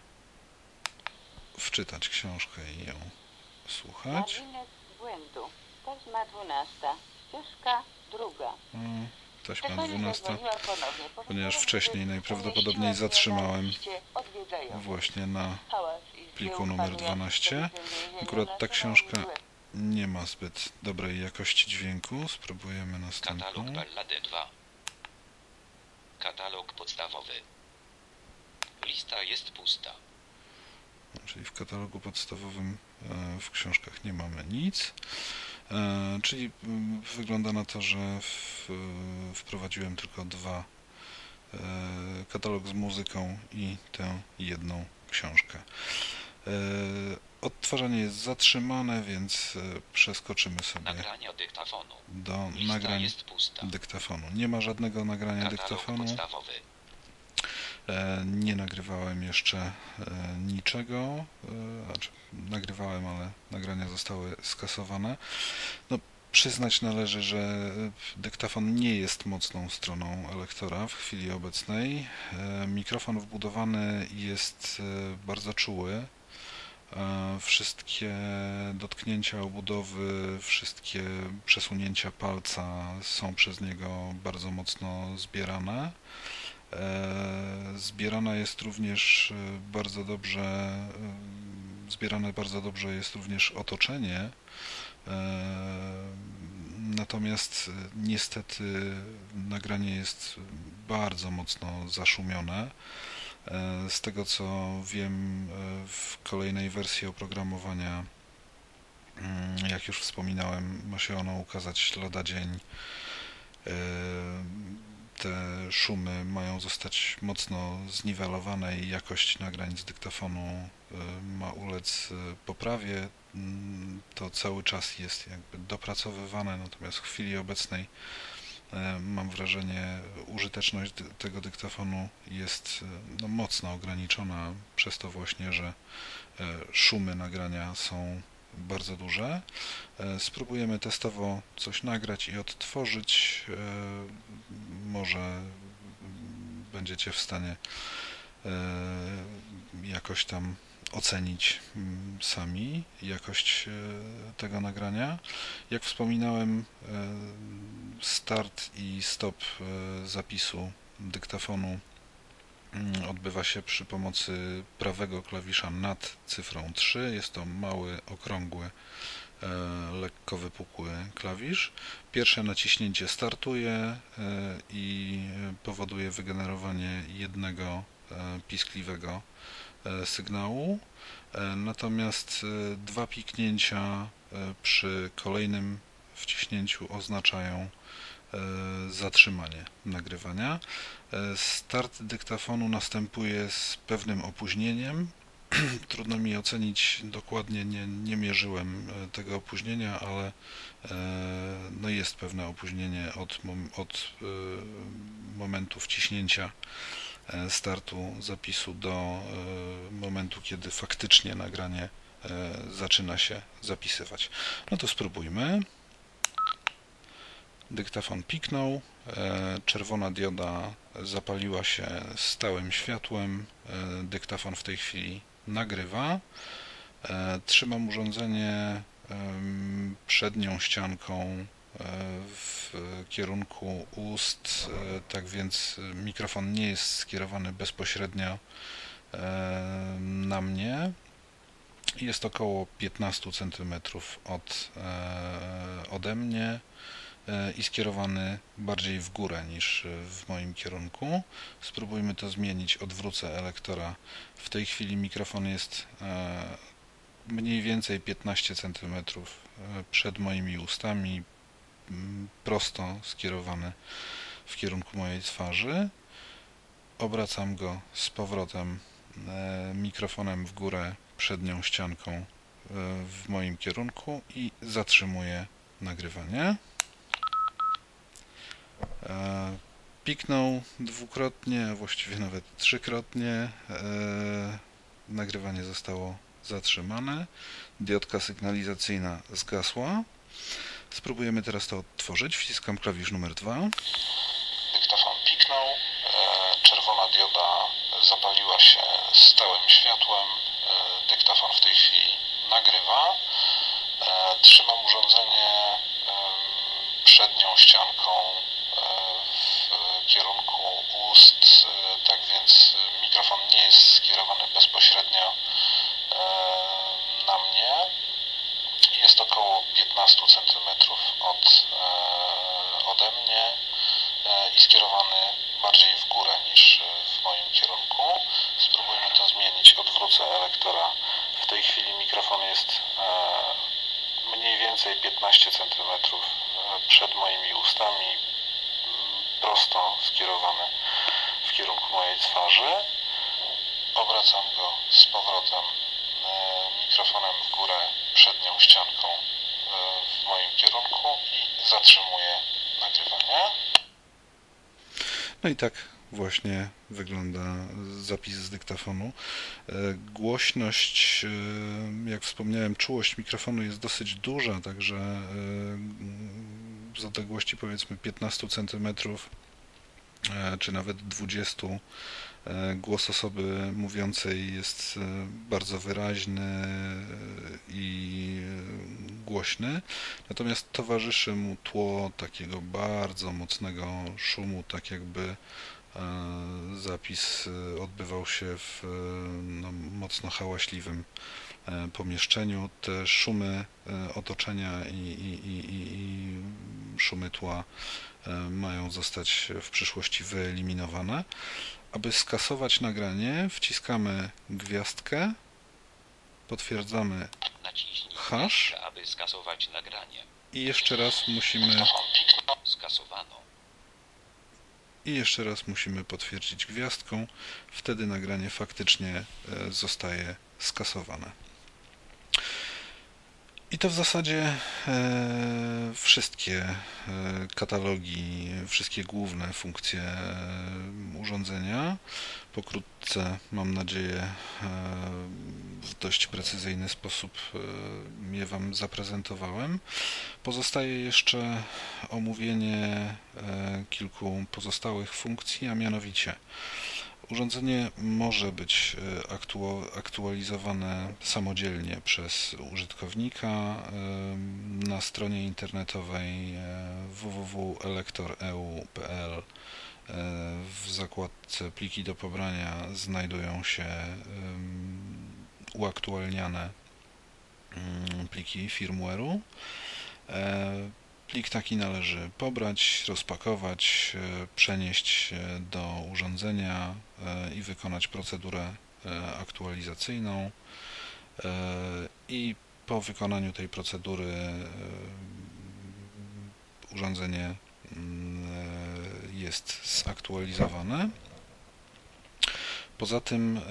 wczytać książkę i ją słuchać. Margines błędu. Taśma dwunasta. Ścieżka druga. Taśma dwunasta, ponieważ wcześniej najprawdopodobniej zatrzymałem właśnie na pliku numer dwanaście. Akurat ta książka nie ma zbyt dobrej jakości dźwięku. Spróbujemy następną. Katalog Ballady dwa. Katalog podstawowy. Lista jest pusta. Czyli w katalogu podstawowym w książkach nie mamy nic. Czyli wygląda na to, że wprowadziłem tylko dwa, katalog z muzyką i tę jedną książkę. Odtwarzanie jest zatrzymane, więc przeskoczymy sobie Nagrania dyktafonu. do Lista nagrań jest pusta. dyktafonu. Nie ma żadnego nagrania Katalog dyktafonu. podstawowy. Nie nagrywałem jeszcze niczego, znaczy nagrywałem, ale nagrania zostały skasowane. No, przyznać należy, że dyktafon nie jest mocną stroną Elektora w chwili obecnej. Mikrofon wbudowany jest bardzo czuły. Wszystkie dotknięcia obudowy, wszystkie przesunięcia palca są przez niego bardzo mocno zbierane. Zbierana jest również bardzo dobrze, zbierane bardzo dobrze jest również otoczenie, natomiast niestety nagranie jest bardzo mocno zaszumione. Z tego co wiem, w kolejnej wersji oprogramowania, jak już wspominałem, ma się ono ukazać lada dzień. Te szumy mają zostać mocno zniwelowane i jakość nagrań z dyktafonu ma ulec poprawie. To cały czas jest jakby dopracowywane, natomiast w chwili obecnej mam wrażenie, użyteczność tego dyktafonu jest no, mocno ograniczona przez to właśnie, że szumy nagrania są bardzo duże. Spróbujemy testowo coś nagrać i odtworzyć. Może będziecie w stanie jakoś tam ocenić sami jakość tego nagrania. Jak wspominałem, start i stop zapisu dyktafonu odbywa się przy pomocy prawego klawisza nad cyfrą trzy. Jest to mały, okrągły, lekko wypukły klawisz. Pierwsze naciśnięcie startuje i powoduje wygenerowanie jednego piskliwego sygnału, natomiast dwa piknięcia przy kolejnym wciśnięciu oznaczają zatrzymanie nagrywania. Start dyktafonu następuje z pewnym opóźnieniem. Trudno mi ocenić dokładnie, nie, nie mierzyłem tego opóźnienia, ale no jest pewne opóźnienie od, od momentu wciśnięcia startu zapisu do momentu, kiedy faktycznie nagranie zaczyna się zapisywać. No to spróbujmy. Dyktafon piknął, czerwona dioda zapaliła się stałym światłem, dyktafon w tej chwili nagrywa. Trzymam urządzenie przednią ścianką w kierunku ust, tak więc mikrofon nie jest skierowany bezpośrednio na mnie. Jest około piętnaście centymetrów od, ode mnie i skierowany bardziej w górę niż w moim kierunku. Spróbujmy to zmienić. Odwrócę elektora. W tej chwili mikrofon jest mniej więcej piętnaście centymetrów przed moimi ustami, prosto skierowany w kierunku mojej twarzy. Obracam go z powrotem mikrofonem w górę przednią ścianką w moim kierunku i zatrzymuję nagrywanie. Piknął dwukrotnie, a właściwie nawet trzykrotnie. Nagrywanie zostało zatrzymane. Diodka sygnalizacyjna zgasła. Spróbujemy teraz to odtworzyć. Wciskam klawisz numer dwa. Dyktafon piknął. Czerwona dioda zapaliła się stałym światłem. Dyktafon w tej chwili nagrywa. Trzymam urządzenie przednią ścianką w kierunku ust, tak więc mikrofon nie jest skierowany bezpośrednio na mnie. Jest około piętnaście centymetrów od, ode mnie i skierowany bardziej w górę niż w moim kierunku. Spróbujmy to zmienić. Odwrócę elektora. W tej chwili mikrofon jest mniej więcej piętnaście centymetrów przed moimi ustami, prosto skierowany w kierunku mojej twarzy. Obracam go z powrotem mikrofonem w górę przednią ścianką w moim kierunku i zatrzymuję nagrywanie. No i tak właśnie wygląda zapis z dyktafonu. Głośność, jak wspomniałem, czułość mikrofonu jest dosyć duża, także z odległości powiedzmy piętnaście centymetrów czy nawet dwadzieścia głos osoby mówiącej jest bardzo wyraźny i głośny, natomiast towarzyszy mu tło takiego bardzo mocnego szumu, tak jakby zapis odbywał się w no, mocno hałaśliwym pomieszczeniu. Te szumy otoczenia i, i, i, i szumy tła mają zostać w przyszłości wyeliminowane. Aby skasować nagranie, wciskamy gwiazdkę, potwierdzamy hash aby skasować nagranie. I jeszcze raz musimy Skasowano. i jeszcze raz musimy potwierdzić gwiazdką. Wtedy nagranie faktycznie zostaje skasowane. I to w zasadzie e, wszystkie e, katalogi, wszystkie główne funkcje e, urządzenia. Pokrótce, mam nadzieję, e, w dość precyzyjny sposób e, je Wam zaprezentowałem. Pozostaje jeszcze omówienie e, kilku pozostałych funkcji, a mianowicie Urządzenie może być aktualizowane samodzielnie przez użytkownika na stronie internetowej w w w kropka elektor kropka e u kropka p l. W zakładce pliki do pobrania znajdują się uaktualniane pliki firmware'u. Plik taki należy pobrać, rozpakować, przenieść do urządzenia i wykonać procedurę aktualizacyjną. I po wykonaniu tej procedury urządzenie jest zaktualizowane. Poza tym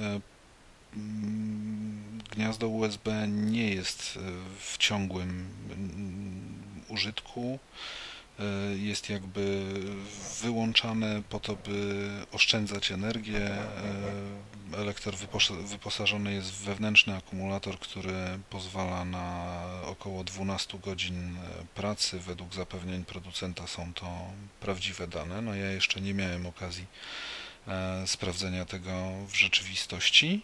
gniazdo U S B nie jest w ciągłym użytku, jest jakby wyłączane po to, by oszczędzać energię. Elektor wyposażony jest w wewnętrzny akumulator, który pozwala na około dwanaście godzin pracy. Według zapewnień producenta są to prawdziwe dane. No ja jeszcze nie miałem okazji sprawdzenia tego w rzeczywistości.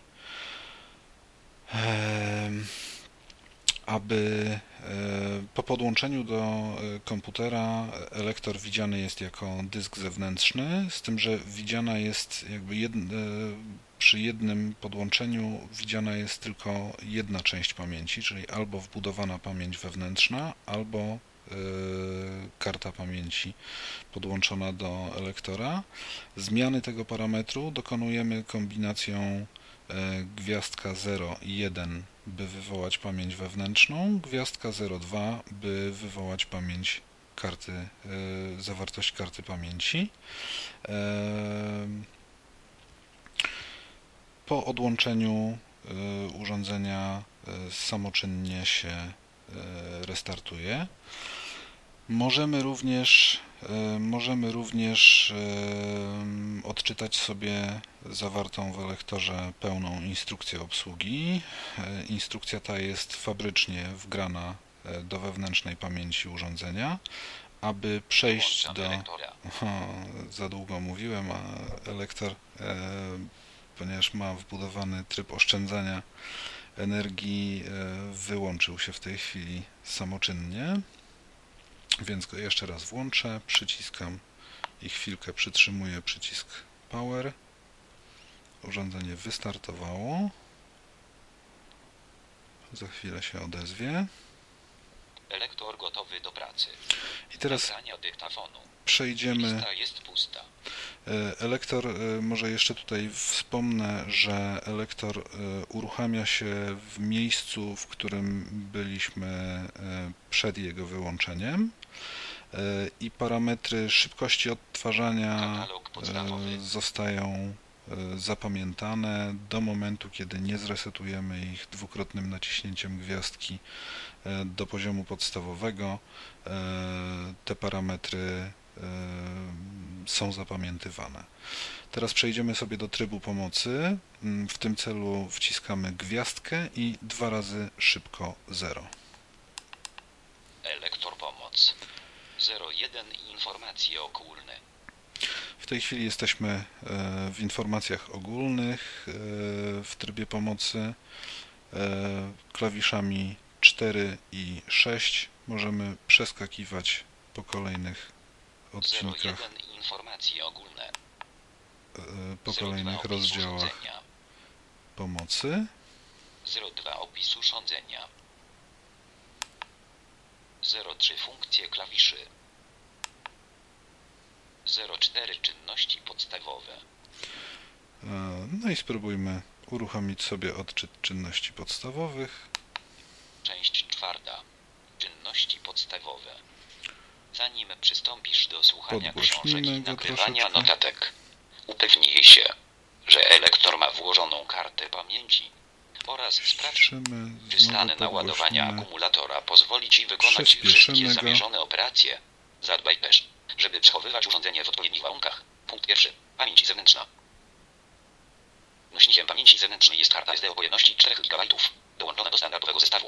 Aby po podłączeniu do komputera elektor widziany jest jako dysk zewnętrzny, z tym, że widziana jest jakby jedn, przy jednym podłączeniu widziana jest tylko jedna część pamięci, czyli albo wbudowana pamięć wewnętrzna, albo karta pamięci podłączona do elektora. Zmiany tego parametru dokonujemy kombinacją gwiazdka zero i jeden, by wywołać pamięć wewnętrzną, gwiazdka zero dwa, by wywołać pamięć karty, zawartość karty pamięci. Po odłączeniu urządzenia samoczynnie się restartuje. Możemy również, możemy również odczytać sobie zawartą w elektorze pełną instrukcję obsługi. Instrukcja ta jest fabrycznie wgrana do wewnętrznej pamięci urządzenia. Aby przejść do... O, za długo mówiłem, a elektor, ponieważ ma wbudowany tryb oszczędzania energii, wyłączył się w tej chwili samoczynnie. Więc go jeszcze raz włączę, przyciskam i chwilkę przytrzymuję przycisk Power. Urządzenie wystartowało. Za chwilę się odezwie. Elektor gotowy do pracy. I teraz Nagrania dyktafonu. przejdziemy. Lista jest pusta. Elektor, może jeszcze tutaj wspomnę, że elektor uruchamia się w miejscu, w którym byliśmy przed jego wyłączeniem, i parametry szybkości odtwarzania zostają zapamiętane do momentu, kiedy nie zresetujemy ich dwukrotnym naciśnięciem gwiazdki do poziomu podstawowego. Te parametry są zapamiętywane. Teraz przejdziemy sobie do trybu pomocy. W tym celu wciskamy gwiazdkę i dwa razy szybko zero. Elektor pomoc. zero jeden informacje ogólne. W tej chwili jesteśmy w informacjach ogólnych w trybie pomocy. Klawiszami cztery i sześć możemy przeskakiwać po kolejnych odcinkach, zero jeden informacje ogólne. po kolejnych rozdziałach pomocy. zero dwa opis urządzenia. zero trzy funkcje klawiszy. zero cztery czynności podstawowe. No i spróbujmy uruchomić sobie odczyt czynności podstawowych. Część czwarta. Czynności podstawowe. Zanim przystąpisz do słuchania książek i nagrywania troszeczkę. notatek, upewnij się, że elektor ma włożoną kartę pamięci oraz sprawdź, czy stan naładowania akumulatora pozwoli Ci wykonać wszystkie go. zamierzone operacje. Zadbaj też, żeby przechowywać urządzenie w odpowiednich warunkach. Punkt pierwszy. Pamięć zewnętrzna. Nośnikiem pamięci zewnętrznej jest karta S D o pojemności cztery gigabajtów, dołączona do standardowego zestawu.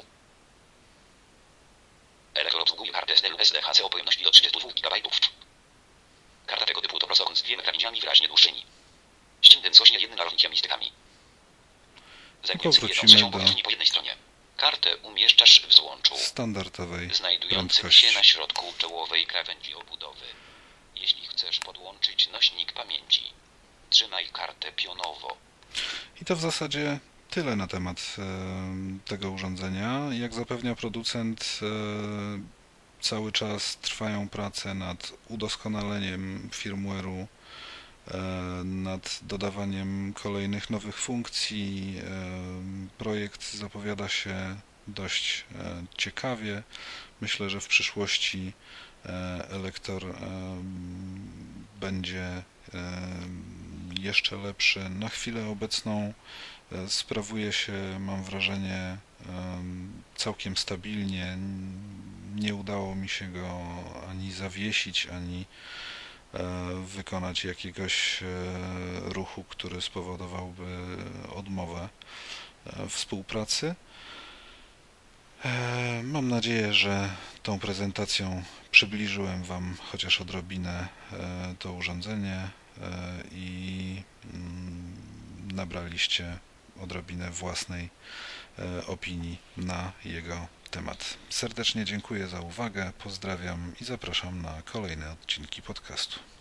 Elektor obsługuje kartę S D lub S D H C o pojemności do trzydziestu dwóch gigabajtów. Karta tego typu to prostokąt z dwiema krawędziami wyraźnie dłuższymi. ściętym złośnie jednym narożnikiem i stykami. Zajmującym jedną powrócimy trzecią do- powierzchni po jednej stronie. Kartę umieszczasz w złączu, Standardowej znajdującym prędkości. się na środku czołowej krawędzi obudowy. Jeśli chcesz podłączyć nośnik pamięci, trzymaj kartę pionowo. I to w zasadzie tyle na temat e, tego urządzenia. Jak zapewnia producent, e, cały czas trwają prace nad udoskonaleniem firmware'u, e, nad dodawaniem kolejnych nowych funkcji. E, projekt zapowiada się dość e, ciekawie. Myślę, że w przyszłości e, Elektor e, będzie e, jeszcze lepszy. Na chwilę obecną e, sprawuje się, mam wrażenie, e, całkiem stabilnie. Nie udało mi się go ani zawiesić, ani e, wykonać jakiegoś e, ruchu, który spowodowałby odmowę e, współpracy. E, Mam nadzieję, że tą prezentacją przybliżyłem Wam chociaż odrobinę e, to urządzenie e, i mm, nabraliście odrobinę własnej e, opinii na jego temat. Serdecznie dziękuję za uwagę, pozdrawiam i zapraszam na kolejne odcinki podcastu.